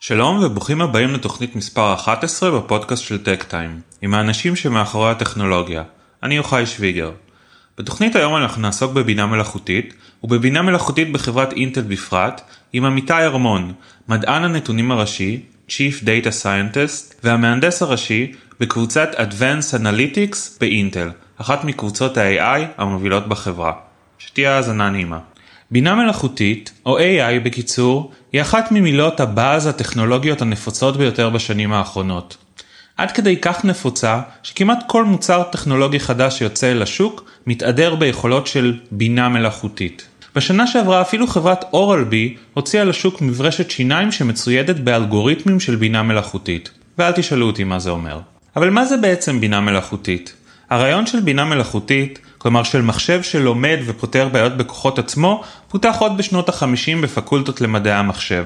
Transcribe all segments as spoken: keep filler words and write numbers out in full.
שלום וברוכים הבאים לתוכנית מספר אחת עשרה בפודקאסט של טק טיים, עם האנשים שמאחורי הטכנולוגיה. אני יוחאי שוויגר. בתוכנית היום אנחנו נעסוק בבינה מלאכותית, ובבינה מלאכותית בחברת אינטל בפרט, עם אמיתי ארמון, מדען הנתונים הראשי, Chief Data Scientist, והמהנדס הראשי בקבוצת Advanced Analytics באינטל, אחת מקבוצות ה-איי איי המובילות בחברה. שתהיה האזנה נעימה. בינה מלאכותית, או איי איי בקיצור, היא אחת ממילות הבאז הטכנולוגיות הנפוצות ביותר בשנים האחרונות. עד כדי כך נפוצה, שכמעט כל מוצר טכנולוגי חדש שיוצא אל השוק, מתעדר ביכולות של בינה מלאכותית. בשנה שעברה אפילו חברת אורל-בי הוציאה לשוק מברשת שיניים שמצוידת באלגוריתמים של בינה מלאכותית. ואל תשאלו אותי מה זה אומר. אבל מה זה בעצם בינה מלאכותית? הרעיון של בינה מלאכותית, כלומר של מחשב שלומד ופותר בעיות בכוחות עצמו, פותח עוד בשנות ה-חמישים בפקולטות למדעי המחשב.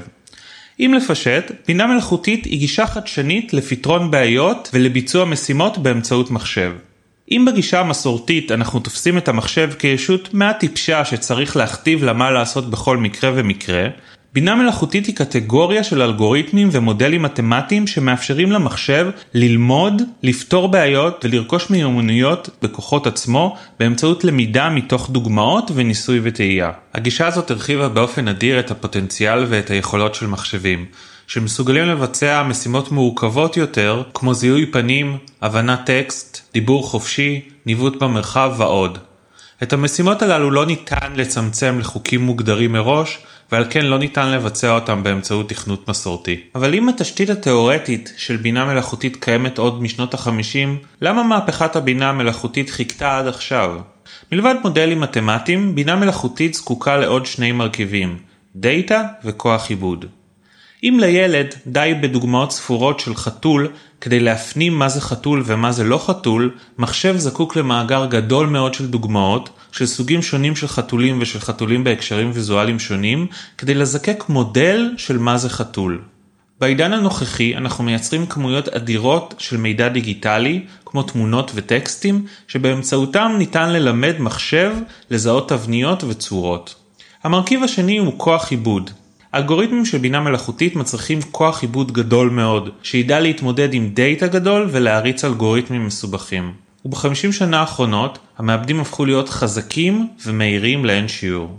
אם לפשט, בינה מלאכותית היא גישה חדשנית לפתרון בעיות ולביצוע משימות באמצעות מחשב. אם בגישה המסורתית אנחנו תופסים את המחשב כישות מעט טיפשה שצריך להכתיב לה מה לעשות בכל מקרה ומקרה, בינה מלאכותית היא קטגוריה של אלגוריתמים ומודלים מתמטיים שמאפשרים למחשב ללמוד, לפתור בעיות ולרכוש מיומנויות בכוחות עצמו באמצעות למידה מתוך דוגמאות וניסוי וטעייה. הגישה הזאת הרחיבה באופן אדיר את הפוטנציאל ואת היכולות של מחשבים, שמסוגלים לבצע משימות מורכבות יותר כמו זיהוי פנים, הבנת טקסט, דיבור חופשי, ניווט במרחב ועוד. את המשימות הללו לא ניתן לצמצם לחוקים מוגדרים מראש, ועל כן לא ניתן לבצע אותם באמצעות תכנות מסורתי. אבל אם התשתית התיאורטית של בינה מלאכותית קיימת עוד משנות ה-חמישים, למה מהפכת הבינה המלאכותית חיכתה עד עכשיו? מלבד מודלים מתמטיים, בינה מלאכותית זקוקה לעוד שני מרכיבים, דאטה וכוח עיבוד. אם לילד די בדוגמאות ספורות של חתול כדי להפנים מה זה חתול ומה זה לא חתול, מחשב זקוק למאגר גדול מאוד של דוגמאות של סוגים שונים של חתולים ושל חתולים בהקשרים ויזואליים שונים כדי לזקק מודל של מה זה חתול. בעידן הנוכחי אנחנו מייצרים כמויות אדירות של מידע דיגיטלי כמו תמונות וטקסטים שבאמצעותם ניתן ללמד מחשב לזהות תבניות וצורות. המרכיב השני הוא כוח עיבוד. אלגוריתמים של בינה מלאכותית מצריכים כוח עיבוד גדול מאוד, שידע להתמודד עם דאטה גדול ולהריץ אלגוריתמים מסובכים. וב-חמישים שנה האחרונות, המעבדים הפכו להיות חזקים ומהירים לאין שיעור.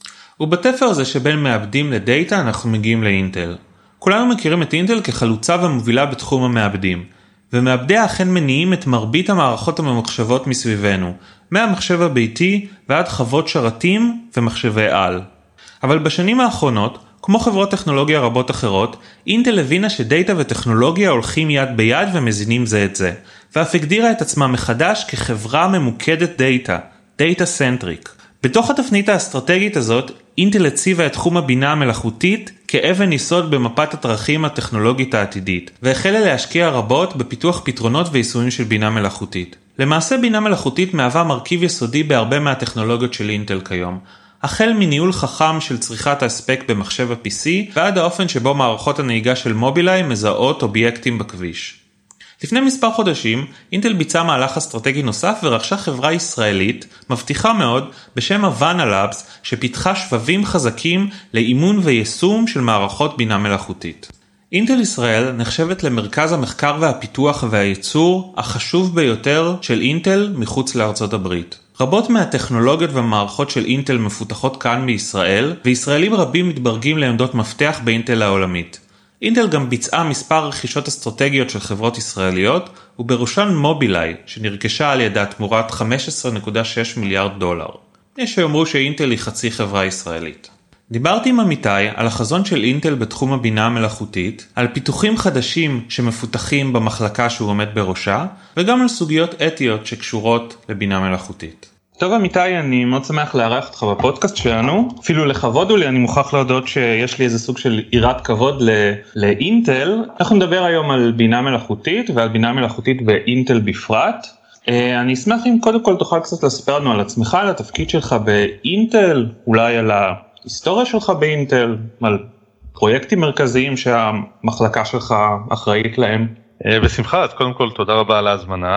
ובתפר הזה שבין מעבדים לדאטה אנחנו מגיעים לאינטל. כולנו מכירים את אינטל כחלוצה ומובילה בתחום המעבדים, ומעבדיה אכן מניעים את מרבית המערכות הממוחשבות מסביבנו, מהמחשב הביתי ועד חוות שרתים ומחשבי על. אבל בשנים האחרונות, כמו חברות טכנולוגיה רבות אחרות, אינטל הבינה שדאטה וטכנולוגיה הולכים יד ביד ומזינים זה את זה, ואף הגדירה את עצמה מחדש כחברה ממוקדת דאטה, דאטה סנטריק. בתוך התפנית האסטרטגית הזאת, אינטל הציבה את תחום הבינה המלאכותית כאבן יסוד במפת הדרכים הטכנולוגית העתידית, והחלה להשקיע רבות בפיתוח פתרונות ויישומים של בינה מלאכותית. למעשה בינה מלאכותית מהווה מרכיב יסודי בהרבה מהטכנולוגיות של אינטל כיום, החל מניהול חכם של צריכת האספקט במחשב ה-פי סי, ועד האופן שבו מערכות הנהיגה של מובילאיי מזהות אובייקטים בכביש. לפני מספר חודשים, אינטל ביצעה מהלך אסטרטגי נוסף ורכשה חברה ישראלית, מבטיחה מאוד, בשם הוואנה לאבס, שפיתחה שבבים חזקים לאימון ויישום של מערכות בינה מלאכותית. אינטל ישראל נחשבת למרכז המחקר והפיתוח והייצור החשוב ביותר של אינטל מחוץ לארצות הברית. רבות מהטכנולוגיות והמערכות של אינטל מפותחות כאן בישראל, וישראלים רבים מתברגים לעמדות מפתח באינטל העולמית. אינטל גם ביצעה מספר רכישות אסטרטגיות של חברות ישראליות, ובראשן מובילאיי, שנרכשה על ידה תמורת חמש עשרה נקודה שש מיליארד דולר. יש שיאמרו שאינטל היא חצי חברה ישראלית. דיברתי עם אמיתי על החזון של אינטל בתחום הבינה המלאכותית, על פיתוחים חדשים שמפותחים במחלקה שהוא עומד בראשה, וגם על סוגיות אתיות שקשורות לבינה מלאכותית. טוב אמיתי, אני מאוד שמח לארח אותך בפודקאסט שלנו, אפילו לכבוד הוא לי, אני מוכרח להודות שיש לי איזה סוג של יראת כבוד ל- לאינטל. אנחנו נדבר היום על בינה מלאכותית ועל בינה מלאכותית באינטל בפרט. אני אשמח אם קודם כל תוכל קצת לספר לנו על עצמך, על התפקיד שלך באינטל, אולי על ההיסטוריה שלך באינטל, על פרויקטים מרכזיים שהמחלקה שלך אחראית להם. בשמחה, אז קודם כל תודה רבה על ההזמנה.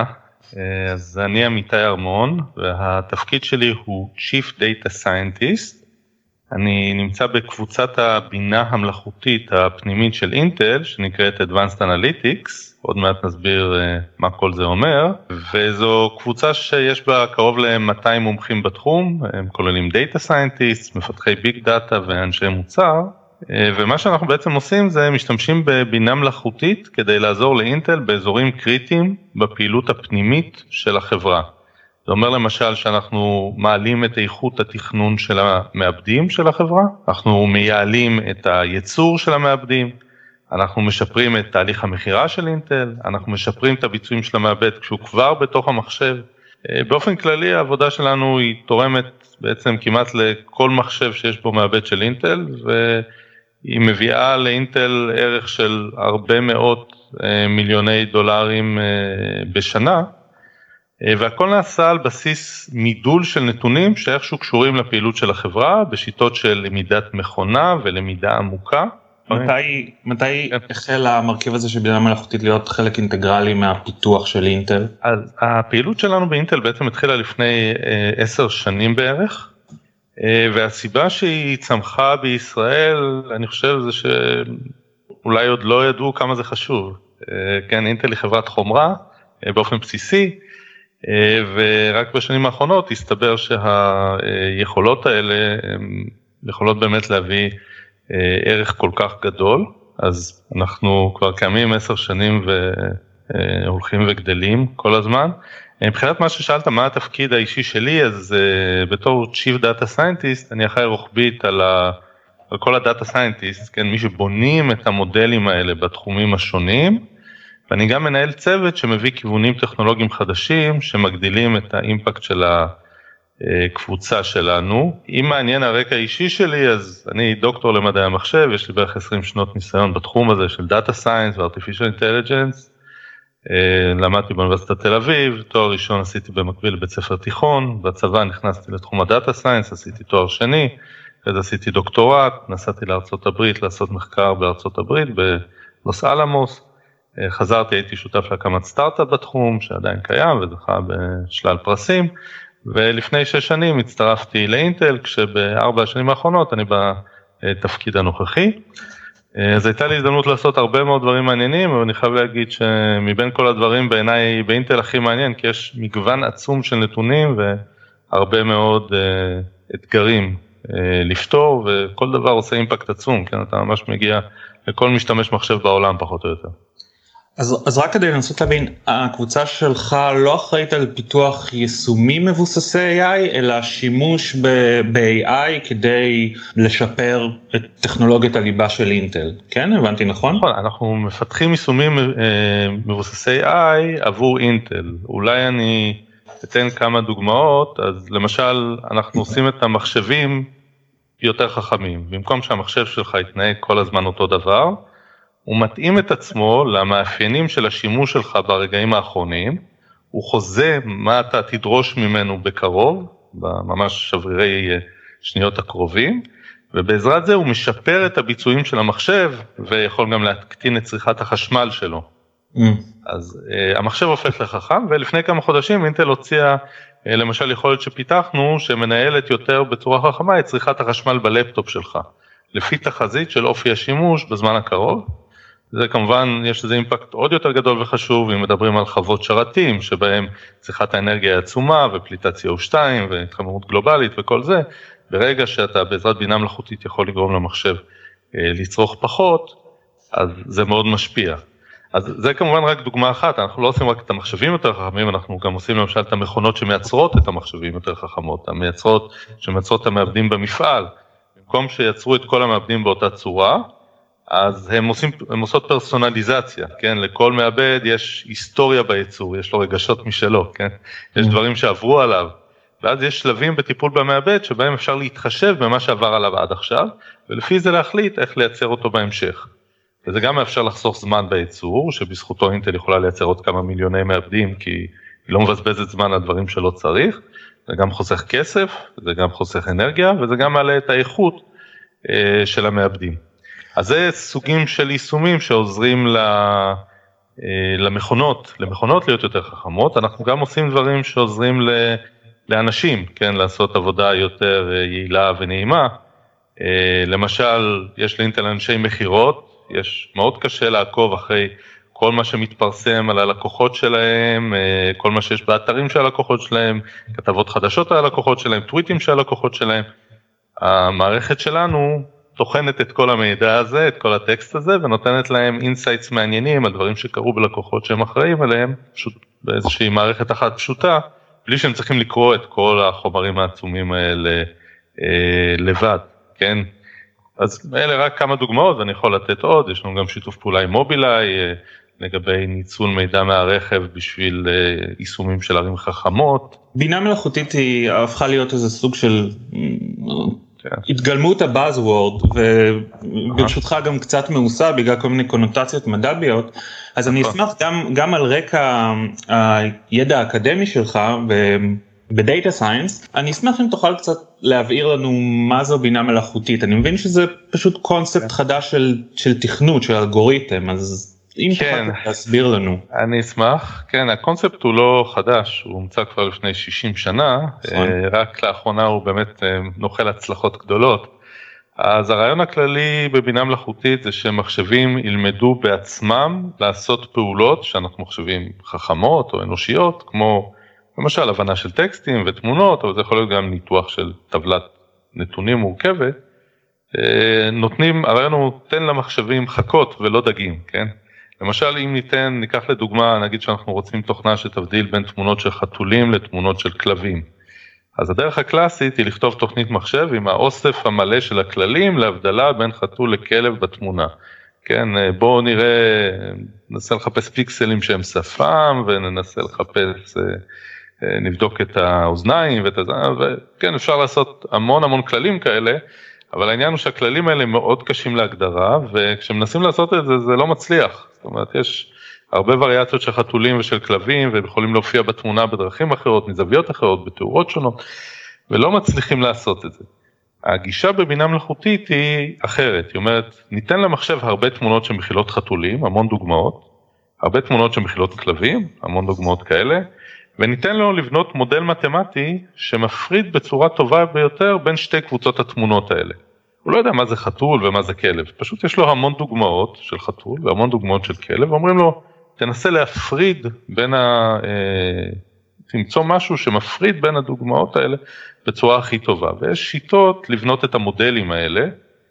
אז אני אמיתי ארמון, והתפקיד שלי הוא Chief Data Scientist. אני נמצא בקבוצת הבינה המלאכותית הפנימית של אינטל, שנקראת Advanced Analytics, עוד מעט נסביר מה כל זה אומר, וזו קבוצה שיש בה קרוב ל-מאתיים מומחים בתחום, הם כוללים Data Scientists, מפתחי Big Data ואנשי מוצר, ומה שאנחנו בעצם עושים זה משתמשים בבינה מלאכותית כדי לעזור לאינטל באזורים קריטיים בפעילות הפנימית של החברה. זה אומר למשל שאנחנו מעלים את איכות התכנון של המעבדים של החברה, אנחנו מייעלים את הייצור של המעבדים, אנחנו משפרים את תהליך המחירה של אינטל, אנחנו משפרים את הביצועים של המעבד כשהוא כבר בתוך המחשב. באופן כללי העבודה שלנו היא תורמת בעצם כמעט לכל מחשב שיש בו מעבד של אינטל, והיא מביאה לאינטל ערך של הרבה מאות מיליוני דולרים בשנה, והכל נעשה על בסיס מידול של נתונים שאיכשהו קשורים לפעילות של החברה, בשיטות של למידת מכונה ולמידה עמוקה. מתי, מתי החל המרכיב הזה של בינה מלאכותית להיות חלק אינטגרלי מהפיתוח של אינטל? אז הפעילות שלנו באינטל בעצם התחילה לפני עשר שנים בערך, והסיבה שהיא צמחה בישראל, אני חושב זה שאולי עוד לא ידעו כמה זה חשוב. כן, אינטל היא חברת חומרה באופן בסיסי, ורק בשנים האחרונות הסתבר שהיכולות האלה יכולות באמת להביא ערך כל כך גדול, אז אנחנו כבר קיימים עשר שנים והולכים וגדלים כל הזמן. מבחינת מה ששאלת, מה התפקיד האישי שלי, אז בתור Chief Data Scientist, אני אחראי רוחבית על, ה, על כל ה-Data Scientist, כן, מי שבונים את המודלים האלה בתחומים השונים, ואני גם מנהל צוות שמביא כיוונים טכנולוגיים חדשים, שמגדילים את האימפקט של הקבוצה שלנו. אם מעניין הרקע האישי שלי, אז אני דוקטור למדעי המחשב, יש לי בערך עשרים שנות ניסיון בתחום הזה של Data Science ו-Artificial Intelligence, למדתי באוניברסיטת תל אביב, תואר ראשון עשיתי במקביל לבית ספר תיכון, בצבא נכנסתי לתחום הדאטה סיינס, עשיתי תואר שני, אז עשיתי דוקטורט, נסעתי לארצות הברית לעשות מחקר בארצות הברית, בלוס אלמוס, חזרתי, הייתי שותף להקמת סטארט-אפ בתחום, שעדיין קיים וזכה בשלל פרסים, ולפני שש שנים הצטרפתי לאינטל, כשבארבע השנים האחרונות אני בתפקיד הנוכחי, אז הייתה לי הזדמנות לעשות הרבה מאוד דברים מעניינים, אבל אני חייב להגיד שמבין כל הדברים בעיניי באינטל הכי מעניין, כי יש מגוון עצום של נתונים והרבה מאוד אתגרים לפתור, וכל דבר עושה אימפקט עצום, כן, אתה ממש מגיע לכל משתמש מחשב בעולם פחות או יותר. אז, אז רק כדי לנסות להבין, הקבוצה שלך לא אחראית על פיתוח יישומים מבוססי איי איי, אלא שימוש ב-איי איי כדי לשפר את טכנולוגיית הליבה של אינטל, כן? הבנתי נכון? נכון, אנחנו מפתחים יישומים מבוססי איי איי עבור אינטל, אולי אני אתן כמה דוגמאות, אז למשל אנחנו עושים את המחשבים יותר חכמים, במקום שהמחשב שלך יתנהג כל הזמן אותו דבר, הוא מתאים את עצמו למאפיינים של השימוש שלך ברגעים האחרונים, הוא חוזה מה אתה תדרוש ממנו בקרוב, בממש שברירי שניות הקרובים, ובעזרת זה הוא משפר את הביצועים של המחשב, ויכול גם להקטין את צריכת החשמל שלו. Mm. אז uh, המחשב הופך לחכם, ולפני כמה חודשים אינטל הוציאה, uh, למשל יכולת שפיתחנו, שמנהלת יותר בצורה חכמה את צריכת החשמל בלפטופ שלך, לפי תחזית של אופי השימוש בזמן הקרוב. זה כמובן, יש לזה אימפקט עוד יותר גדול וחשוב, אם מדברים על חוות שרתים, שבהם צריכת האנרגיה היא עצומה, ופליטת סי או שתיים, והתחממות גלובלית וכל זה, ברגע שאתה בעזרת בינה מלאכותית יכול לגרום למחשב לצרוך פחות, אז זה מאוד משפיע. אז זה כמובן רק דוגמה אחת, אנחנו לא עושים רק את המחשבים יותר חכמים, אנחנו גם עושים למשל את המכונות שמייצרות את המחשבים יותר חכמות, המייצרות שמייצרות את המעבדים במפעל, במקום שיצרו את כל המעבדים באותה צורה, אז הם עושים, הם עושות פרסונליזציה, כן? לכל מעבד יש היסטוריה בייצור, יש לו רגשות משלו, כן? יש דברים שעברו עליו, ואז יש שלבים בטיפול במעבד שבהם אפשר להתחשב במה שעבר עליו עד עכשיו, ולפי זה להחליט איך לייצר אותו בהמשך. וזה גם מאפשר לחסוך זמן בייצור, שבזכותו אינטל יכולה לייצר עוד כמה מיליוני מעבדים, כי היא לא מבזבזת זמן על דברים שלא צריך, זה גם חוסך כסף, זה גם חוסך אנרגיה, וזה גם מעלה את האיכות אה, של המעבדים. אז זה סוגים של יישומים שעוזרים למכונות, למכונות להיות יותר חכמות, אנחנו גם עושים דברים שעוזרים לאנשים, כן, לעשות עבודה יותר יעילה ונעימה, למשל, יש לאינטל אנשי מחירות, יש מאוד קשה לעקוב אחרי כל מה שמתפרסם על הלקוחות שלהם, כל מה שיש באתרים של הלקוחות שלהם, כתבות חדשות על הלקוחות שלהם, טוויטים של הלקוחות שלהם. המערכת שלנו תוכנת את כל המידע הזה, את כל הטקסט הזה, ונותנת להם אינסייטס מעניינים על דברים שקרו בלקוחות שהם אחראים עליהם, פשוט באיזושהי מערכת אחת פשוטה, בלי שהם צריכים לקרוא את כל החומרים העצומים האלה אה, לבד, כן? אז אלה רק כמה דוגמאות, ואני יכול לתת עוד, יש לנו גם שיתוף פעולה עם מובילאיי, אה, לגבי ניצול מידע מהרכב בשביל אה, יישומים של ערים חכמות. בינה מלאכותית היא הפכה להיות איזה סוג של התגלמות הבאזוורד, וברשותך גם קצת מעושה בגלל כל מיני קונוטציות מדביות, אז אני אשמח גם, גם על רקע הידע האקדמי שלך בדאטה סיינס, אני אשמח אם תוכל קצת להבהיר לנו מה זו בינה מלאכותית. אני מבין שזה פשוט קונספט חדש של, של תכנות, של אלגוריתם, אז אם כן, תוכל להסביר לנו. אני אשמח. כן, הקונספט הוא לא חדש, הוא הומצא כבר לפני שישים שנה, נכון. רק לאחרונה הוא באמת נוחל הצלחות גדולות. אז הרעיון הכללי בבינה מלאכותית זה שמחשבים ילמדו בעצמם לעשות פעולות שאנחנו מחשבים חכמות או אנושיות, כמו למשל הבנה של טקסטים ותמונות, אבל זה יכול להיות גם ניתוח של טבלת נתונים מורכבת. נותנים, הרעיון הוא תן למחשבים חכות ולא דגים, כן? למשל, אם ניתן, ניקח לדוגמה, נגיד שאנחנו רוצים תוכנה שתבדיל בין תמונות של חתולים לתמונות של כלבים. אז הדרך הקלאסית היא לכתוב תוכנית מחשב עם האוסף המלא של הכללים להבדלה בין חתול לכלב בתמונה. כן, בואו נראה, ננסה לחפש פיקסלים שהם שפם, וננסה לחפש, נבדוק את האוזניים ואת הזמן, וכן, אפשר לעשות המון המון כללים כאלה, אבל העניין הוא שהכללים האלה מאוד קשים להגדרה, וכשמנסים לעשות את זה, זה לא מצליח. זאת אומרת, יש הרבה וריאציות של חתולים ושל כלבים, והם יכולים להופיע בתמונה בדרכים אחרות, מזוויות אחרות, בתאורות שונות, ולא מצליחים לעשות את זה. הגישה בבינה מלאכותית היא אחרת, היא אומרת, ניתן למחשב הרבה תמונות שמכילות חתולים, המון דוגמאות, הרבה תמונות שמכילות כלבים, המון דוגמאות כאלה, וניתן לו לבנות מודל מתמטי שמפריד בצורה טובה ביותר בין שתי קבוצות התמונות האלה. הוא לא יודע מה זה חתול ומה זה כלב, פשוט יש לו המון דוגמאות של חתול והמון דוגמאות של כלב, ואומרים לו, תנסה להפריד בין ה... תמצוא משהו שמפריד בין הדוגמאות האלה בצורה הכי טובה, ויש שיטות לבנות את המודלים האלה,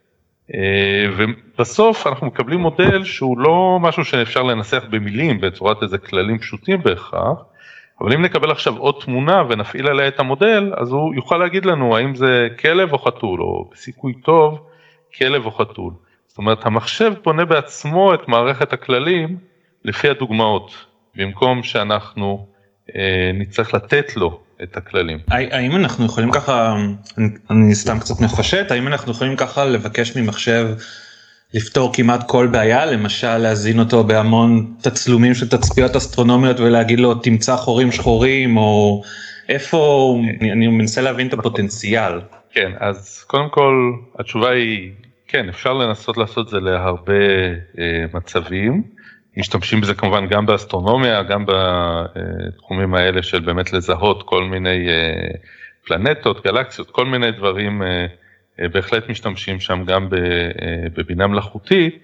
ובסוף אנחנו מקבלים מודל שהוא לא משהו שאפשר לנסח במילים, בצורת איזה כללים פשוטים בהכרח, אבל אם נקבל עכשיו עוד תמונה ונפעיל עליה את המודל, אז הוא יוכל להגיד לנו האם זה כלב או חתול, או בסיכוי טוב, כלב או חתול. זאת אומרת, המחשב בונה בעצמו את מערכת הכללים לפי הדוגמאות, במקום שאנחנו אה, נצטרך לתת לו את הכללים. האם אנחנו יכולים ככה, אני סתם קצת מפשט, האם אנחנו יכולים ככה לבקש ממחשב לפתור כמעט כל בעיה, למשל להזין אותו בהמון תצלומים של תצפיות אסטרונומיות ולהגיד לו תמצא חורים שחורים, או איפה, אני מנסה להבין את הפוטנציאל. כן, אז קודם כל התשובה היא, כן, אפשר לנסות לעשות זה להרבה אה, מצבים, משתמשים בזה כמובן גם באסטרונומיה, גם בתחומים האלה של באמת לזהות כל מיני אה, פלנטות, גלקסיות, כל מיני דברים אה, בהחלט משתמשים שם גם בבינה מלאכותית.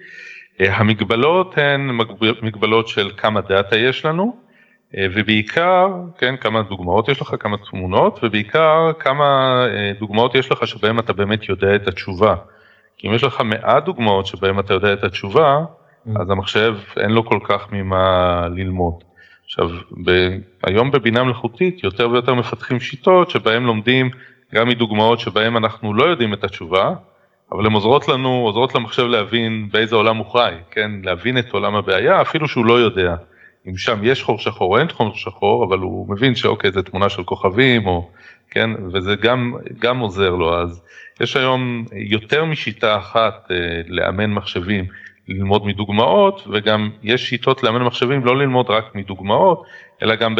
המגבלות הן מגבלות של כמה דאטה יש לנו, ובעיקר, כן, כמה דוגמאות יש לך, כמה תמונות, ובעיקר כמה דוגמאות יש לך שבהם אתה באמת יודע את התשובה. כי אם יש לך מעט דוגמאות שבהם אתה יודע את התשובה, אז המחשב אין לו כל כך ממה ללמוד. עכשיו, ב- היום בבינה מלאכותית יותר ויותר מפתחים שיטות שבהם לומדים גם מדוגמאות שבהם אנחנו לא יודעים את התשובה, אבל הן עוזרות לנו, עוזרות למחשב להבין באיזה עולם הוא חי, כן? להבין את עולם הבעיה, אפילו שהוא לא יודע. אם שם יש חור שחור או אין חור שחור, אבל הוא מבין שאוקיי, זה תמונה של כוכבים, או, כן? וזה גם, גם עוזר לו. אז יש היום יותר משיטה אחת אה, לאמן מחשבים ללמוד מדוגמאות, וגם יש שיטות לאמן מחשבים לא ללמוד רק מדוגמאות, אלא גם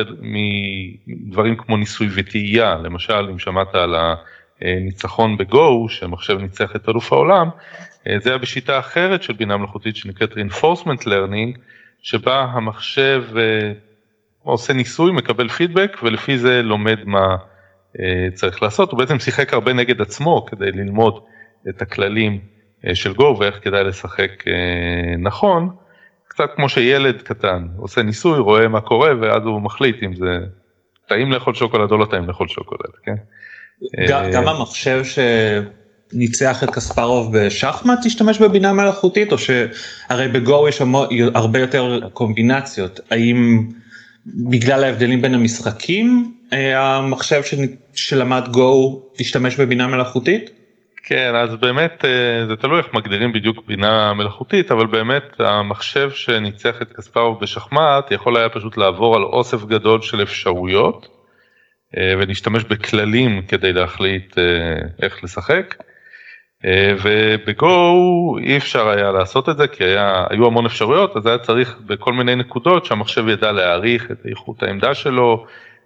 מדברים כמו ניסוי וטעייה. למשל, אם שמעת על הניצחון בגו, שמחשב ניצח את אלוף העולם, זה היה בשיטה אחרת של בינה מלאכותית שנקראת reinforcement learning, שבה המחשב עושה ניסוי, מקבל פידבק, ולפי זה לומד מה צריך לעשות. הוא בעצם שיחק הרבה נגד עצמו כדי ללמוד את הכללים של גו ואיך כדאי לשחק נכון, קצת כמו שילד קטן עושה ניסוי, רואה מה קורה ואז הוא מחליט אם זה טעים לאכול שוקולד או לא טעים לאכול שוקולד, כן? גם המחשב שניצח את קספרוב בשחמט תשתמש בבינה מלאכותית, או שהרי בגו יש הרבה יותר קומבינציות, האם בגלל ההבדלים בין המשחקים המחשב שלמד גו תשתמש בבינה מלאכותית? כן, אז באמת זה תלוי איך מגדירים בדיוק בינה מלאכותית, אבל באמת המחשב שניצח את קספרוב בשחמט יכול היה פשוט לעבור על אוסף גדול של אפשרויות, ולהשתמש בכללים כדי להחליט איך לשחק, ובגו אי אפשר היה לעשות את זה, כי היה, היו המון אפשרויות, אז היה צריך בכל מיני נקודות שהמחשב ידע להעריך את איכות העמדה שלו,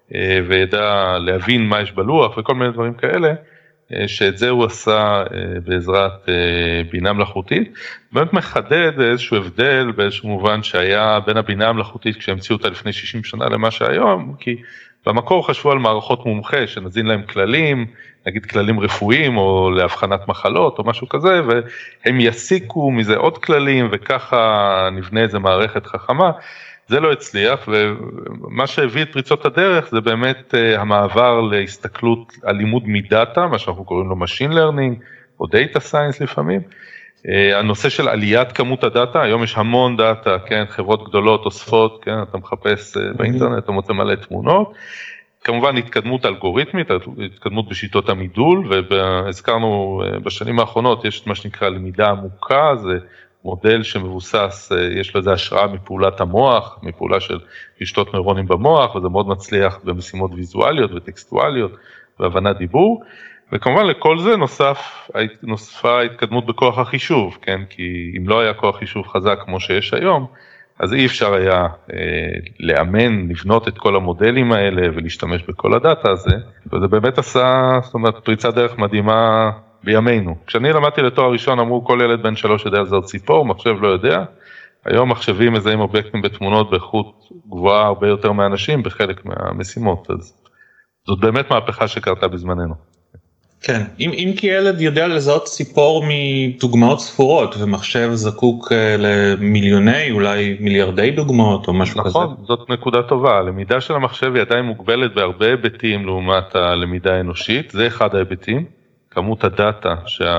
וידע להבין מה יש בלוח וכל מיני דברים כאלה, שאת זה הוא עשה בעזרת בינה מלאכותית. באמת מחדד איזשהו הבדל באיזשהו מובן שהיה בין הבינה המלאכותית כשהמציאו אותה לפני שישים שנה למה שהיום, כי במקור חשבו על מערכות מומחה שנזין להם כללים, נגיד כללים רפואיים או להבחנת מחלות או משהו כזה, והם יסיקו מזה עוד כללים וככה נבנה איזה מערכת חכמה. זה לא הצליח, ומה שהביא את פריצות הדרך זה באמת המעבר להסתכלות על לימוד מדאטה, מה שאנחנו קוראים לו Machine Learning או Data Science לפעמים. הנושא של עליית כמות הדאטה, היום יש המון דאטה, כן, חברות גדולות אוספות, כן, אתה מחפש באינטרנט, אתה מוצא מלא תמונות. כמובן התקדמות אלגוריתמית, התקדמות בשיטות המידול, והזכרנו בשנים האחרונות יש מה שנקרא למידה עמוקה, זה מודל שמבוסס, יש לו איזה השראה מפעולת המוח, מפעולה של רשתות נוירונים במוח, וזה מאוד מצליח במשימות ויזואליות וטקסטואליות והבנת דיבור, וכמובן לכל זה נוסף, נוספה התקדמות בכוח החישוב, כן? כי אם לא היה כוח חישוב חזק כמו שיש היום, אז אי אפשר היה אה, לאמן, לבנות את כל המודלים האלה ולהשתמש בכל הדאטה הזה, וזה באמת עשה, זאת אומרת, פריצת דרך מדהימה בימינו. כשאני למדתי לתואר ראשון אמרו כל ילד בן שלוש יודע לזהות ציפור, מחשב לא יודע, היום מחשבים מזהים אובייקטים בתמונות באיכות גבוהה הרבה יותר מאנשים בחלק מהמשימות, אז זאת באמת מהפכה שקרתה בזמננו. כן, אם, אם כי ילד יודע לזהות ציפור מדוגמאות ספורות, ומחשב זקוק למיליוני, אולי מיליארדי דוגמאות או משהו נכון, כזה. נכון, זאת נקודה טובה, הלמידה של המחשב היא עדיין מוגבלת בהרבה היבטים לעומת הלמידה האנושית, זה אחד ההיבטים, כמות הדאטה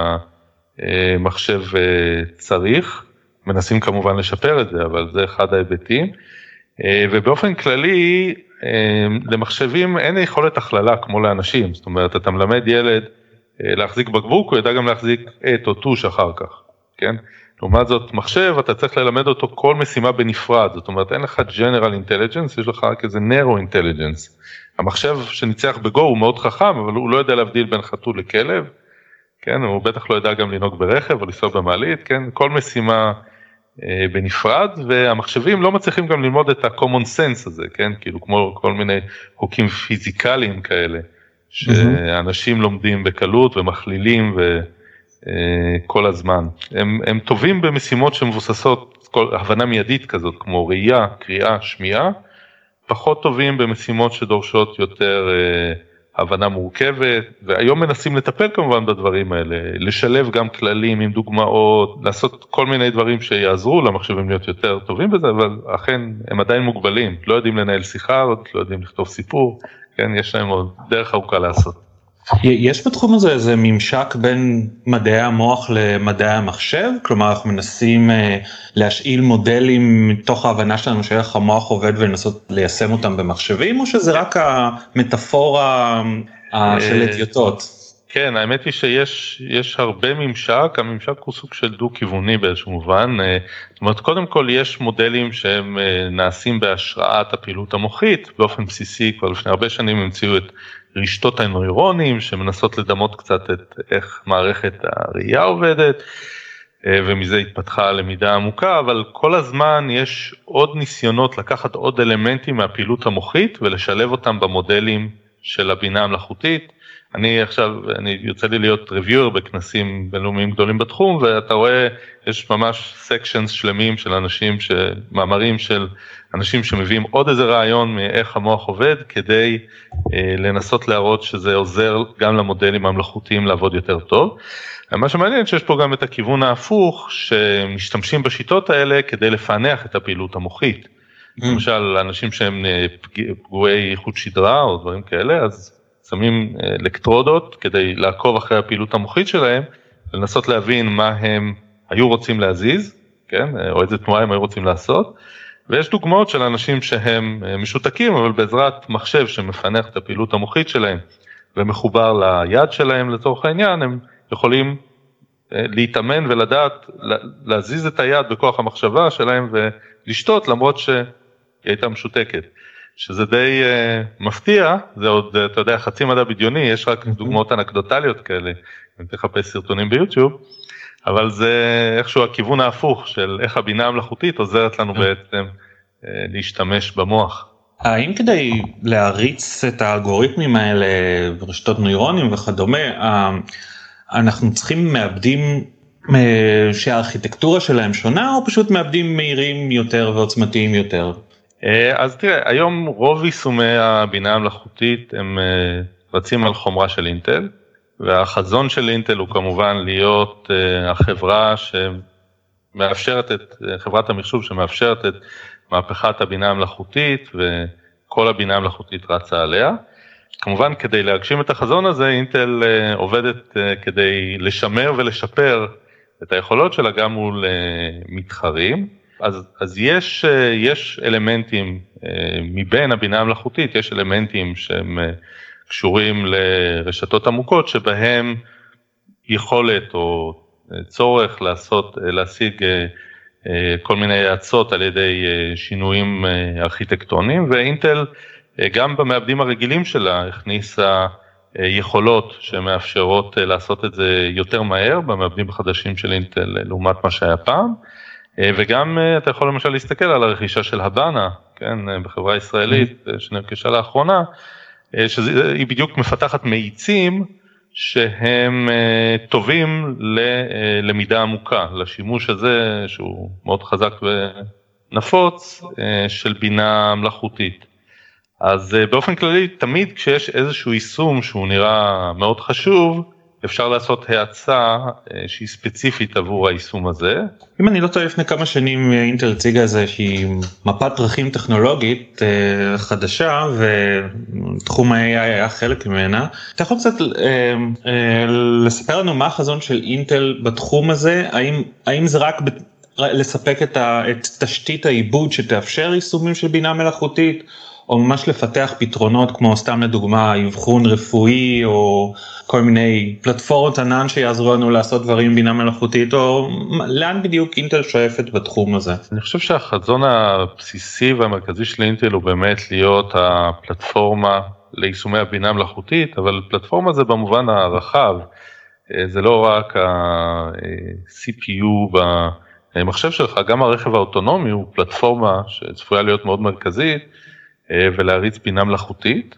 שהמחשב צריך, מנסים כמובן לשפר את זה, אבל זה אחד ההיבטים, ובאופן כללי, למחשבים אין יכולת הכללה כמו לאנשים, זאת אומרת, אתה מלמד ילד להחזיק בקבוק, הוא ידע גם להחזיק את או טוש אחר כך, כן? לעומת זאת, מחשב, אתה צריך ללמד אותו כל משימה בנפרד, זאת אומרת, אין לך General Intelligence, יש לך רק איזה Narrow Intelligence. המחשב שניצח בגו הוא מאוד חכם, אבל הוא לא יודע להבדיל בין חתול לכלב, כן? הוא בטח לא יודע גם לנהוג ברכב או לנסוע במעלית, כן? כל משימה בנפרד, והמחשבים לא מצליחים גם ללמוד את ה-common sense הזה, כן? כאילו כמו כל מיני חוקים פיזיקליים כאלה, שאנשים לומדים בקלות ומכלילים וכל הזמן. הם, הם טובים במשימות שמבוססות כל, הבנה מיידית כזאת, כמו ראייה, קריאה, שמיעה, פחות טובים במשימות שדורשות יותר הבנה מורכבת, והיום מנסים לטפל כמובן בדברים האלה, לשלב גם כללים עם דוגמאות, לעשות כל מיני דברים שיעזרו למחשבים להיות יותר טובים בזה, אבל אכן הם עדיין מוגבלים, לא יודעים לנהל שיחה, לא יודעים לכתוב סיפור, כן, יש להם עוד דרך ארוכה לעשות. יש בתחום הזה איזה ממשק בין מדעי המוח למדעי המחשב? כלומר, אנחנו מנסים להשאיל מודלים מתוך ההבנה שלנו שאיך המוח עובד ולנסות ליישם אותם במחשבים, או שזה רק המטאפורה של אדיוטות? כן, האמת היא שיש יש הרבה ממשק, הממשק הוא סוג של דו-כיווני באיזשהו מובן, זאת אומרת, קודם כל יש מודלים שהם נעשים בהשראת הפעילות המוחית, באופן בסיסי, כבר לפני הרבה שנים המציאו את רשתות הנוירונים שמנסות לדמות קצת את איך מערכת הראייה עובדת, ומזה התפתחה למידה עמוקה, אבל כל הזמן יש עוד ניסיונות לקחת עוד אלמנטים מהפעילות המוחית ולשלב אותם במודלים של הבינה המלאכותית. אני עכשיו, אני יוצא לי להיות ריוויור בכנסים בינלאומיים גדולים בתחום, ואתה רואה, יש ממש סקשנס שלמים של אנשים, מאמרים של אנשים שמביאים עוד איזה רעיון מאיך המוח עובד, כדי אה, לנסות להראות שזה עוזר גם למודלים המלאכותיים לעבוד יותר טוב. מה שמעניין שיש פה גם את הכיוון ההפוך, שמשתמשים בשיטות האלה כדי לפענח את הפעילות המוחית. Mm. למשל, אנשים שהם פגועי איכות שדרה או דברים כאלה, אז שמים אלקטרודות כדי לעקוב אחרי הפעילות המוחית שלהם, לנסות להבין מה הם היו רוצים להזיז, כן? או איזה תנועה הם היו רוצים לעשות, ויש דוגמאות של אנשים שהם משותקים, אבל בעזרת מחשב שמפענח את הפעילות המוחית שלהם, ומחובר ליד שלהם לצורך העניין, הם יכולים להתאמן ולדעת, להזיז את היד בכוח המחשבה שלהם ולשתות, למרות שהיא הייתה משותקת. שזה די uh, מפתיע, זה עוד, אתה יודע, חצי מדע בדיוני, יש רק דוגמאות אנקדוטליות כאלה, אם תחפש סרטונים ביוטיוב, אבל זה איכשהו הכיוון ההפוך של איך הבינה המלאכותית עוזרת לנו בעצם uh, להשתמש במוח. האם כדי להריץ את האלגוריתמים האלה, רשתות נוירונים וכדומה, אנחנו צריכים מעבדים שהארכיטקטורה שלהם שונה, או פשוט מעבדים מהירים יותר ועוצמתיים יותר? אז תראה, היום רוב יישומי הבינה המלאכותית הם רצים על חומרה של אינטל, והחזון של אינטל הוא כמובן להיות החברה שמאפשרת את, חברת המחשוב שמאפשרת את מהפכת הבינה המלאכותית, וכל הבינה המלאכותית רצה עליה. כמובן כדי להגשים את החזון הזה, אינטל עובדת כדי לשמר ולשפר את היכולות שלה גם מול מתחרים. אז, אז יש, יש אלמנטים מבין הבינה המלאכותית, יש אלמנטים שהם קשורים לרשתות עמוקות, שבהם יכולת או צורך לעשות, להשיג כל מיני האצות על ידי שינויים ארכיטקטוניים, ואינטל גם במעבדים הרגילים שלה הכניסה יכולות שמאפשרות לעשות את זה יותר מהר, במעבדים החדשים של אינטל לעומת מה שהיה פעם, וגם אתה יכול למשל להסתכל על הרכישה של הבנה, כן, בחברה ישראלית שנרכשה לאחרונה, שהיא בדיוק מפתחת מאיצים שהם טובים ללמידה עמוקה, לשימוש הזה שהוא מאוד חזק ונפוץ של בינה מלאכותית. אז באופן כללי תמיד כשיש איזשהו יישום שהוא נראה מאוד חשוב, אפשר לעשות האצה שהיא ספציפית עבור היישום הזה. אם אני לא טועה, לפני כמה שנים אינטל הציגה איזושהי מפת דרכים טכנולוגית חדשה, ותחום ה-איי איי היה חלק ממנה. אתה יכול קצת לספר לנו מה החזון של אינטל בתחום הזה? האם, האם זה רק לספק את, ה, את תשתית העיבוד שתאפשר יישומים של בינה מלאכותית, או ממש לפתח פתרונות כמו סתם לדוגמה אבחון רפואי או כל מיני פלטפורמות ענן שיעזרו לנו לעשות דברים בינה מלאכותית, או לאן בדיוק אינטל שואפת בתחום הזה? אני חושב שהחזון הבסיסי והמרכזי של אינטל הוא באמת להיות הפלטפורמה ליישומי הבינה מלאכותית, אבל פלטפורמה זה במובן הרחב, זה לא רק ה-סי פי יו במחשב שלך, גם הרכב האוטונומי הוא פלטפורמה שצפויה להיות מאוד מרכזית, ולהריץ בינה מלאכותית,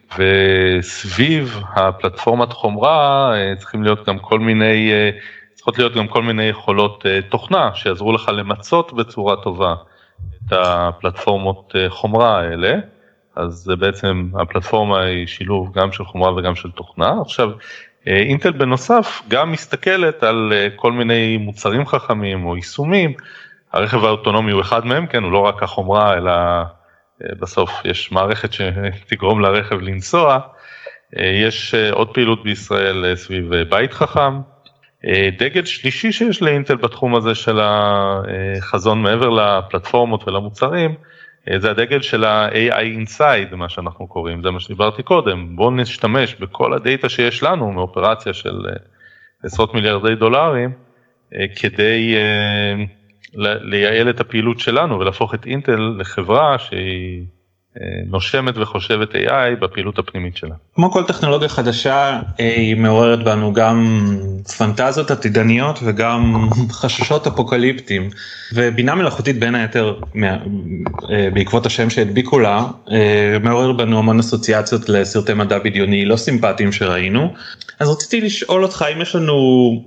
וסביב הפלטפורמת חומרה צריכים להיות גם כל מיני, צריכות להיות גם כל מיני יכולות תוכנה, שיעזרו לך למצות בצורה טובה את הפלטפורמות חומרה האלה, אז זה בעצם הפלטפורמה היא שילוב גם של חומרה וגם של תוכנה. עכשיו, אינטל בנוסף גם מסתכלת על כל מיני מוצרים חכמים או יישומים, הרכב האוטונומי הוא אחד מהם, כן, הוא לא רק החומרה, אלא בסוף יש מערכת שתגרום לרכב לנסוע, יש עוד פעילות בישראל סביב בית חכם, דגל שלישי שיש לאינטל בתחום הזה של החזון מעבר לפלטפורמות ולמוצרים, זה הדגל של ה-איי איי Inside, מה שאנחנו קוראים, זה מה שדיברתי קודם, בואו נשתמש בכל הדאטה שיש לנו מאופרציה של עשרות מיליארדי דולרים, כדי לייעל את הפעילות שלנו ולהפוך את אינטל לחברה שהיא נושמת וחושבת איי איי בפעילות הפנימית שלה. כמו כל טכנולוגיה חדשה, היא מעוררת בנו גם פנטזיות עתידניות וגם חששות אפוקליפטיים, ובינה מלאכותית בין היתר, בעקבות השם שהדביקו לה, מעורר בנו המון אסוציאציות לסרטי מדע בדיוני לא סימפטיים שראינו. אז רציתי לשאול אותך, האם יש לנו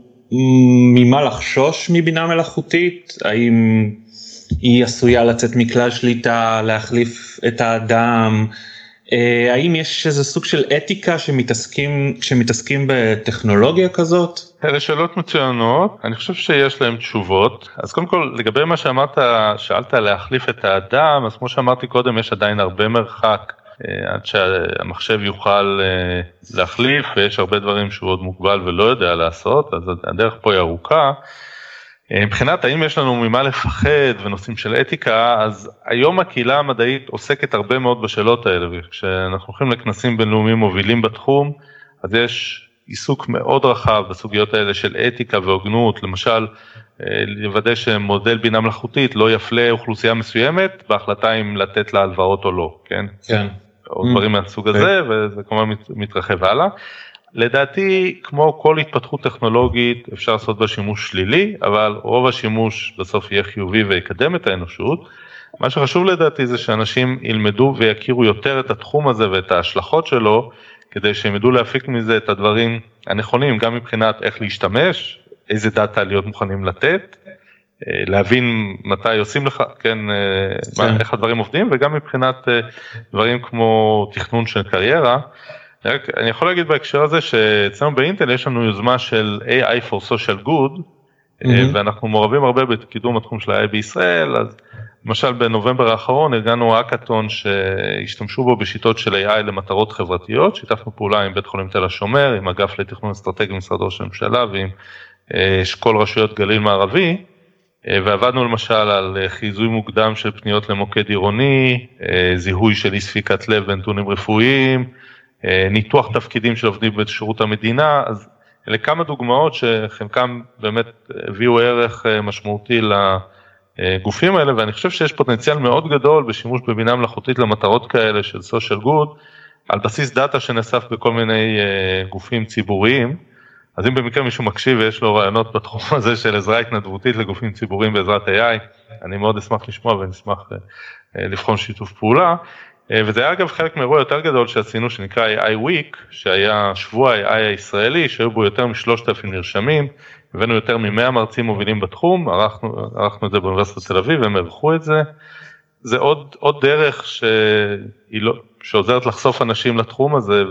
ממה לחשוש מבינה מלאכותית? האם היא עשויה לצאת מכלל שליטה, להחליף את האדם? האם יש איזה סוג של אתיקה שמתעסקים, שמתעסקים בטכנולוגיה כזאת? אלה שאלות מצוינות, אני חושב שיש להם תשובות. אז קודם כל, לגבי מה שאמרת, שאלת להחליף את האדם, אז כמו שאמרתי קודם, יש עדיין הרבה מרחק עד שהמחשב יוכל להחליף, ויש הרבה דברים שהוא עוד מוגבל ולא יודע לעשות, אז הדרך פה היא ארוכה. מבחינת האם יש לנו ממה לפחד ונושאים של אתיקה, אז היום הקהילה המדעית עוסקת הרבה מאוד בשאלות האלה, וכשאנחנו הולכים לכנסים בינלאומיים מובילים בתחום, אז יש עיסוק מאוד רחב בסוגיות האלה של אתיקה והוגנות, למשל, לוודא שמודל בינה מלאכותית לא יפלה אוכלוסייה מסוימת, בהחלטה אם לתת לה הלוואות או לא, כן? כן. או דברים מהסוג הזה, וזה כמובן מתרחב הלאה. לדעתי, כמו כל התפתחות טכנולוגית, אפשר לעשות בה שימוש שלילי, אבל רוב השימוש בסוף יהיה חיובי ויקדם את האנושות. מה שחשוב לדעתי זה שאנשים ילמדו ויכירו יותר את התחום הזה ואת ההשלכות שלו, כדי שהם ידעו להפיק מזה את הדברים הנכונים, גם מבחינת איך להשתמש, איזה דאטה להיות מוכנים לתת, להבין מתי עושים לך, כן, מה, איך הדברים עובדים, וגם מבחינת דברים כמו תכנון של קריירה. אני יכול להגיד בהקשר הזה שאצלנו באינטל יש לנו יוזמה של איי איי for social good, mm-hmm. ואנחנו מעורבים הרבה בקידום התחום של ה-איי איי בישראל, אז למשל בנובמבר האחרון ארגנו האקתון שהשתמשו בו בשיטות של איי איי למטרות חברתיות, שיתפנו פעולה עם בית חולים תל השומר, עם אגף לתכנון אסטרטגי משרד ראש הממשלה ועם אשכול רשויות גליל מערבי, ועבדנו למשל על חיזוי מוקדם של פניות למוקד עירוני, זיהוי של אי ספיקת לב בנתונים רפואיים, ניתוח תפקידים של עובדים בשירות המדינה, אז אלה כמה דוגמאות שחלקם באמת הביאו ערך משמעותי לגופים האלה, ואני חושב שיש פוטנציאל מאוד גדול בשימוש בבינה מלאכותית למטרות כאלה של social good, על בסיס דאטה שנאסף בכל מיני גופים ציבוריים. אז אם במקרה מישהו מקשיב ויש לו רעיונות בתחום הזה של עזרה התנדבותית לגופים ציבוריים בעזרת איי איי, אני מאוד אשמח לשמוע ונשמח לבחון שיתוף פעולה. וזה היה אגב חלק מאירוע יותר גדול שעשינו שנקרא איי איי Week, שהיה שבוע איי איי הישראלי, שהיו בו יותר משלושת אלפים נרשמים, הבאנו יותר ממאה מרצים מובילים בתחום, ערכנו, ערכנו את זה באוניברסיטת תל אביב, והם ערכו את זה. זה עוד, עוד דרך שהיא לא, שעוזרת לחשוף אנשים לתחום הזה,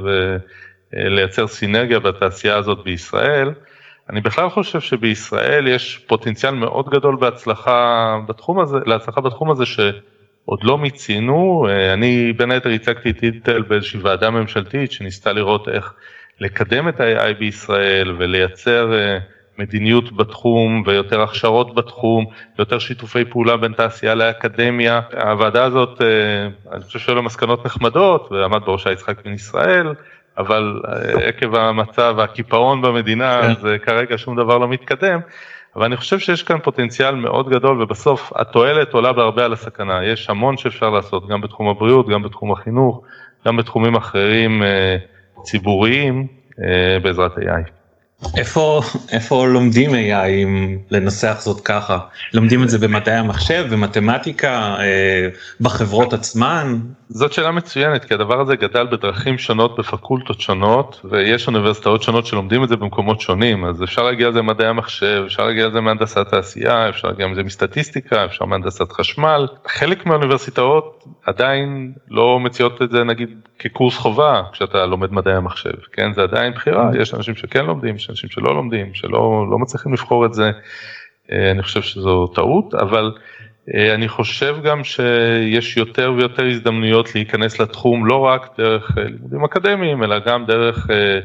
ולייצר סינרגיה בתעשייה הזאת בישראל. אני בכלל חושב שבישראל יש פוטנציאל מאוד גדול בהצלחה בתחום הזה, להצלחה בתחום הזה ש... עוד לא מיצינו, אני בין היתר הצגתי את אינטל באיזושהי ועדה ממשלתית שניסתה לראות איך לקדם את ה-איי איי בישראל ולייצר מדיניות בתחום ויותר הכשרות בתחום, יותר שיתופי פעולה בין תעשייה לאקדמיה. הוועדה הזאת, אני חושב שהיו לה מסקנות נחמדות ועמד בראשה יצחק בן ישראל, אבל עקב המצב והקיפאון במדינה, אז כרגע שום דבר לא מתקדם. אבל אני חושב שיש כאן פוטנציאל מאוד גדול, ובסוף התועלת עולה בהרבה על הסכנה. יש המון שאפשר לעשות, גם בתחום הבריאות, גם בתחום החינוך, גם בתחומים אחרים ציבוריים, בעזרת איי איי. איפה, איפה לומדים איי איי לנסח זאת ככה? לומדים את זה במדעי המחשב, במתמטיקה, בחברות עצמן? זאת שאלה מצוינת, כי הדבר הזה גדל בדרכים שונות, בפקולטות שונות, ויש אוניברסיטאות שונות שלומדים את זה במקומות שונים, אז אפשר להגיע לזה ממדעי המחשב, אפשר להגיע לזה מהנדסת תעשייה, אפשר להגיע לזה מסטטיסטיקה, אפשר מהנדסת חשמל. חלק מהאוניברסיטאות עדיין לא מציעות את זה, נגיד, כקורס חובה, כשאתה לומד מדעי המחשב, כן? זה עדיין בחירה, יש אנשים שכן לומדים, יש אנשים שלא לומדים, שלא לא מצליחים לבחור את זה. אני חושב שזו טעות, אבל אני חושב גם שיש יותר ויותר הזדמנויות להיכנס לתחום, לא רק דרך לימודים אקדמיים, אלא גם דרך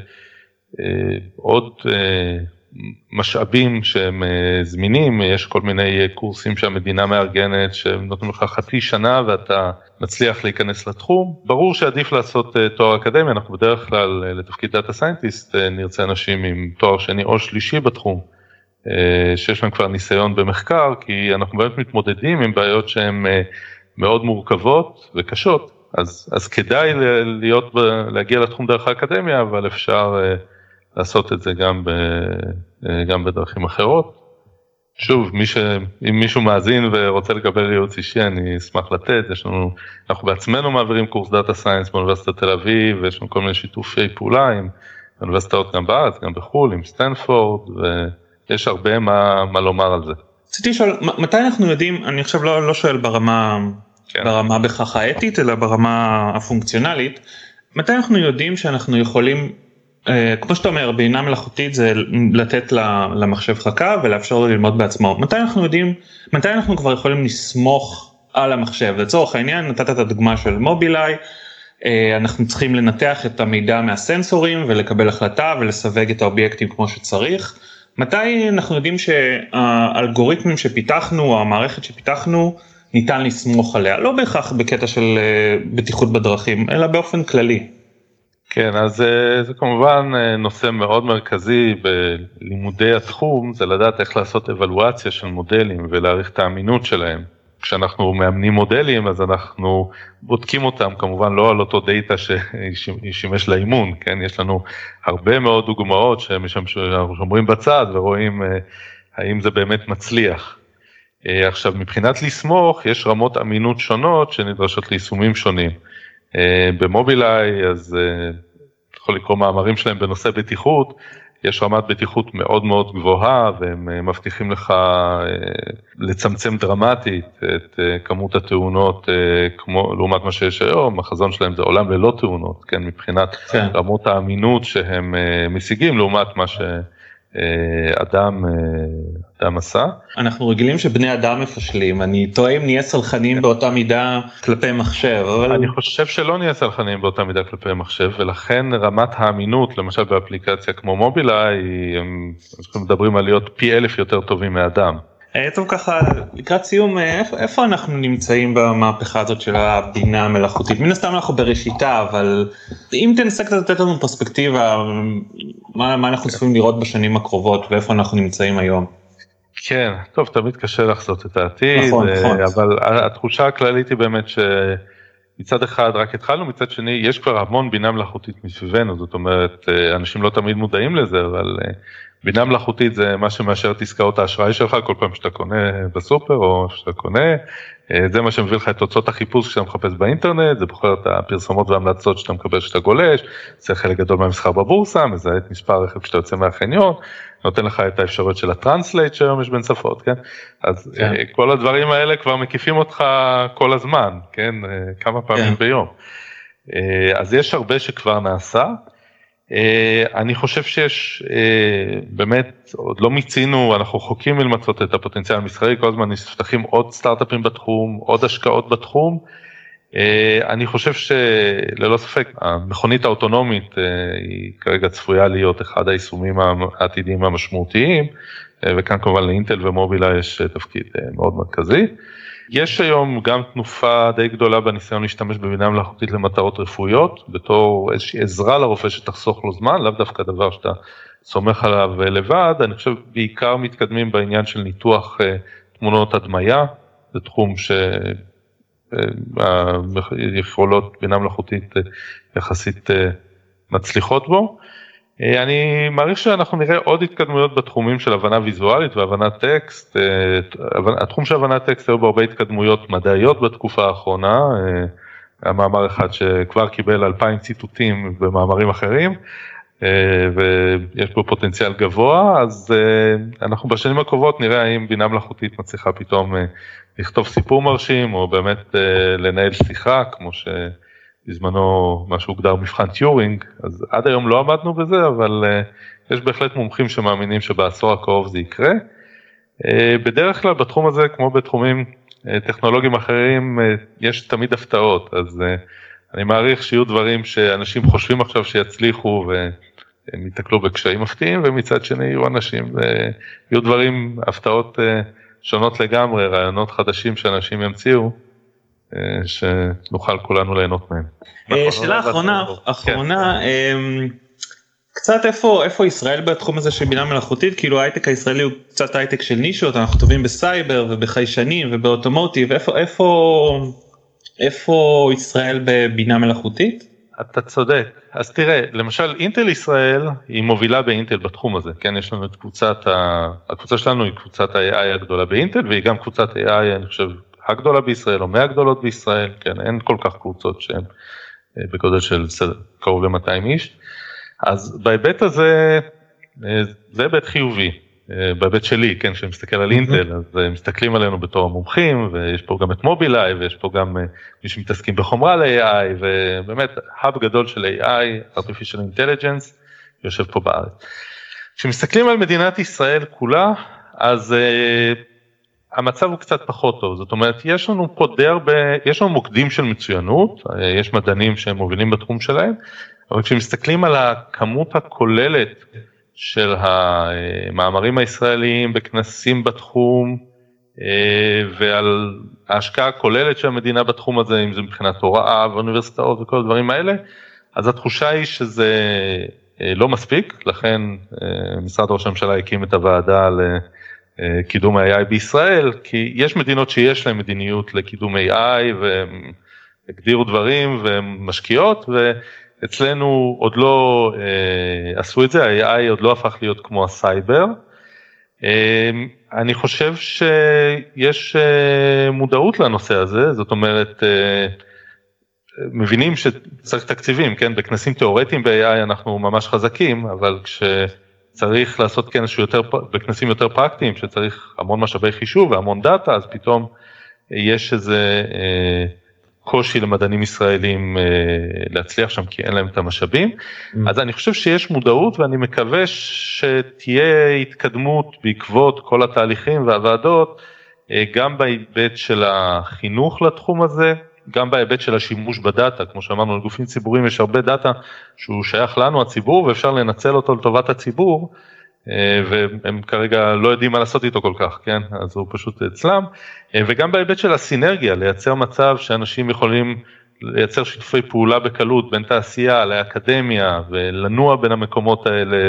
עוד משאבים שהם זמינים. יש כל מיני קורסים שהמדינה מארגנת, שנותנים לך חצי שנה ואתה מצליח להיכנס לתחום. ברור שעדיף לעשות תואר אקדמי, אנחנו בדרך כלל לתפקיד דאטה סיינטיסט נרצה אנשים עם תואר שני או שלישי בתחום, שיש להם כבר ניסיון במחקר, כי אנחנו באמת מתמודדים עם בעיות שהן מאוד מורכבות וקשות, אז, אז כדאי להיות, להגיע לתחום דרך האקדמיה, אבל אפשר לעשות את זה גם, ב, גם בדרכים אחרות. שוב, מי ש... אם מישהו מאזין ורוצה לקבל ייעוץ אישי, אני אשמח לתת. יש לנו, אנחנו בעצמנו מעבירים קורס דאטה סיינס באוניברסיטת תל אביב, ויש לנו כל מיני שיתופי פעולה עם אוניברסיטאות גם בארץ, גם בחול, עם סטנפורד, ויש הרבה מה, מה לומר על זה. רציתי לשאול, מתי אנחנו יודעים, אני עכשיו לא, לא שואל ברמה, כן. ברמה בכך האתית, אלא ברמה הפונקציונלית, מתי אנחנו יודעים שאנחנו יכולים, כמו שאתה אומר, בינה מלאכותית זה לתת למחשב חכה ולאפשר לו ללמוד בעצמו. מתי אנחנו יודעים, מתי אנחנו כבר יכולים לסמוך על המחשב? לצורך העניין, נתת את הדוגמה של מובילאיי, אנחנו צריכים לנתח את המידע מהסנסורים ולקבל החלטה ולסווג את האובייקטים כמו שצריך. מתי אנחנו יודעים שהאלגוריתמים שפיתחנו, או המערכת שפיתחנו, ניתן לסמוך עליה? לא בהכרח בקטע של בטיחות בדרכים, אלא באופן כללי. כן, אז זה כמובן נושא מאוד מרכזי בלימודי התחום, זה לדעת איך לעשות אבלואציה של מודלים ולהעריך את האמינות שלהם. כשאנחנו מאמנים מודלים, אז אנחנו בודקים אותם, כמובן לא על אותו דאטה שישמש לאימון, כן? יש לנו הרבה מאוד דוגמאות שאנחנו שומרים בצד ורואים האם זה באמת מצליח. עכשיו, מבחינת לסמוך, יש רמות אמינות שונות שנדרשות ליישומים שונים. במובילאיי, אז יכול לקרוא מאמרים שלהם בנושא בטיחות, יש רמת בטיחות מאוד מאוד גבוהה, והם מבטיחים לך לצמצם דרמטית את כמות התאונות, כמו, לעומת מה שיש היום, החזון שלהם זה עולם ללא תאונות, כן, מבחינת כן. רמות האמינות שהם משיגים, לעומת מה שאדם אדם עשה. אנחנו רגילים שבני אדם מפשלים, אני טועה אם נהיה סלחנים באותה מידה כלפי מחשב, אבל... אני חושב שלא נהיה סלחנים באותה מידה כלפי מחשב, ולכן רמת האמינות, למשל באפליקציה כמו מובילאיי, הם מדברים על להיות פי אלף יותר טובים מאדם. טוב ככה, לקראת סיום, איפה, איפה אנחנו נמצאים במהפכה הזאת של הבינה המלאכותית? מן הסתם אנחנו בראשיתה, אבל אם תנסה קצת לתת לנו פרספקטיבה, מה, מה אנחנו צריכים לראות בשנים הקרובות, ואיפה אנחנו נמצאים היום? כן, טוב, תמיד קשה לחזות את העתיד, נכון, נכון. אבל התחושה הכללית היא באמת שמצד אחד רק התחלנו, מצד שני יש כבר המון בינה מלאכותית מסביבנו, זאת אומרת, אנשים לא תמיד מודעים לזה, אבל בינה מלאכותית זה מה שמאשר את עסקאות האשראי שלך, כל פעם שאתה קונה בסופר או שאתה קונה, זה מה שמביא לך את תוצאות החיפוש כשאתה מחפש באינטרנט, זה בוחר את הפרסומות וההמלצות שאתה מקבל שאתה גולש, זה חלק גדול מהמסחר בבורסה, מזהה את מספר הרכב כשאתה יוצא מהחניון, נותן לך את האפשרויות של הטרנסלייט שהיום יש בין שפות, כן? אז כן. כל הדברים האלה כבר מקיפים אותך כל הזמן, כן? כמה פעמים כן. ביום. אז יש הרבה שכבר נעשה, אני חושב שיש, באמת, עוד לא מיצינו, אנחנו חוקים למצות את הפוטנציאל המסחרי, כל הזמן נפתחים עוד סטארט-אפים בתחום, עוד השקעות בתחום, אני חושב שללא ספק, המכונית האוטונומית היא כרגע צפויה להיות אחד היישומים העתידיים המשמעותיים, וכאן כמובן לאינטל ומובילאיי יש תפקיד מאוד מרכזי. יש היום גם תנופה די גדולה בניסיון להשתמש בבינה מלאכותית למטרות רפואיות, בתור איזושהי עזרה לרופא שתחסוך לו זמן, לאו דווקא דבר שאתה סומך עליו לבד. אני חושב בעיקר מתקדמים בעניין של ניתוח תמונות הדמיה, זה תחום שיכולות בינה מלאכותית יחסית מצליחות בו. אני מעריך שאנחנו נראה עוד התקדמויות בתחומים של הבנה ויזואלית והבנת טקסט, התחום של הבנת טקסט היו בהרבה התקדמויות מדעיות בתקופה האחרונה, המאמר אחד שכבר קיבל אלפיים ציטוטים במאמרים אחרים, ויש בו פוטנציאל גבוה, אז אנחנו בשנים הקרובות נראה האם בינה מלאכותית מצליחה פתאום לכתוב סיפור מרשים, או באמת לנהל שיחה, כמו ש... בזמנו מה שהוגדר מבחן טיורינג, אז עד היום לא עמדנו בזה, אבל uh, יש בהחלט מומחים שמאמינים שבעשור הקרוב זה יקרה. Uh, בדרך כלל בתחום הזה, כמו בתחומים uh, טכנולוגיים אחרים, uh, יש תמיד הפתעות, אז uh, אני מעריך שיהיו דברים שאנשים חושבים עכשיו שיצליחו והם יתקלו בקשיים מפתיעים, ומצד שני יהיו אנשים, ויהיו דברים, הפתעות uh, שונות לגמרי, רעיונות חדשים שאנשים ימציאו, שנוכל כולנו ליהנות מהם. שאלה אחרונה, אחרונה, קצת איפה, איפה ישראל בתחום הזה של בינה מלאכותית, כאילו ההייטק הישראלי הוא קצת הייטק של נישות, אנחנו טובים בסייבר ובחיישנים ובאוטומוטיב, איפה, איפה, איפה ישראל בבינה מלאכותית? אתה צודק. אז תראה, למשל אינטל ישראל היא מובילה באינטל בתחום הזה, כן, יש לנו את קבוצת, ה... הקבוצה שלנו היא קבוצת ה-איי איי הגדולה באינטל, והיא גם קבוצת איי איי, אני חושב, הגדולה בישראל, או מהגדולות בישראל, כן, אין כל כך קבוצות שהן בגודל של קרוב ל-מאתיים איש, אז בהיבט הזה, זה היבט חיובי, בהיבט שלי, כן, שמסתכל על אינטל, אז מסתכלים עלינו בתור המומחים, ויש פה גם את מובילאיי, ויש פה גם מי שמתעסקים בחומרה ל-איי איי, ובאמת, האב גדול של איי איי, Artificial Intelligence, יושב פה בארץ. כשמסתכלים על מדינת ישראל כולה, אז המצב הוא קצת פחות טוב, זאת אומרת, יש לנו פה די הרבה, יש לנו מוקדים של מצוינות, יש מדענים שהם מובילים בתחום שלהם, אבל כשמסתכלים על הכמות הכוללת של המאמרים הישראליים בכנסים בתחום, ועל ההשקעה הכוללת של המדינה בתחום הזה, אם זה מבחינת הוראה ואוניברסיטאות וכל הדברים האלה, אז התחושה היא שזה לא מספיק, לכן משרד ראש הממשלה הקים את הוועדה לקידום ה-איי איי בישראל, כי יש מדינות שיש להן מדיניות לקידום איי איי, והם הגדירו דברים ומשקיעות, ואצלנו עוד לא אה, עשו את זה, ה-איי איי עוד לא הפך להיות כמו הסייבר. אה, אני חושב שיש אה, מודעות לנושא הזה, זאת אומרת, אה, מבינים שצריך תקציבים, כן, בכנסים תיאורטיים ב-איי איי אנחנו ממש חזקים, אבל כשצריך לעשות כנס שהוא יותר, בכנסים יותר פרקטיים, שצריך המון משאבי חישוב והמון דאטה, אז פתאום יש איזה אה, קושי למדענים ישראלים אה, להצליח שם, כי אין להם את המשאבים. Mm. אז אני חושב שיש מודעות, ואני מקווה שתהיה התקדמות בעקבות כל התהליכים והוועדות, אה, גם בהיבט של החינוך לתחום הזה, גם בהיבט של השימוש בדאטה, כמו שאמרנו, לגופים ציבוריים יש הרבה דאטה שהוא שייך לנו הציבור, ואפשר לנצל אותו לטובת הציבור, והם כרגע לא יודעים מה לעשות איתו כל כך, כן? אז הוא פשוט אצלם, וגם בהיבט של הסינרגיה, לייצר מצב שאנשים יכולים לייצר שיתופי פעולה בקלות בין תעשייה לאקדמיה, ולנוע בין המקומות האלה,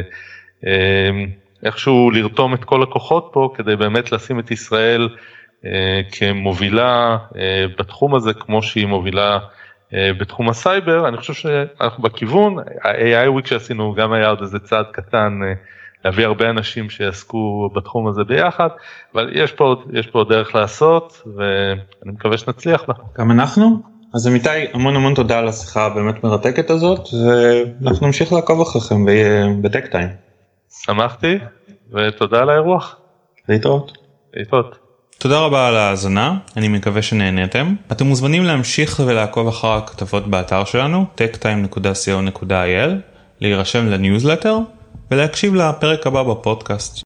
ואיכשהו לרתום את כל הכוחות פה, כדי באמת לשים את ישראל כמובילה בתחום הזה, כמו שהיא מובילה בתחום הסייבר. אני חושב שאנחנו בכיוון, ה-איי איי Week שעשינו גם היה עוד איזה צעד קטן, להביא הרבה אנשים שיעסקו בתחום הזה ביחד, אבל יש פה, יש פה דרך לעשות, ואני מקווה שנצליח בה. גם אנחנו? אז אמיתי, המון המון תודה על השיחה הבאמת מרתקת הזאת, ואנחנו נמשיך לעקוב אחריכם בטק טיים. שמחתי, ותודה על האירוח. להתראות. להתראות. תודה רבה על ההאזנה, אני מקווה שנהנתם. אתם מוזמנים להמשיך ולעקוב אחר הכתבות באתר שלנו, טק טיים נקודה קו נקודה איי אל, להירשם לניוזלטר ולהקשיב לפרק הבא בפודקאסט.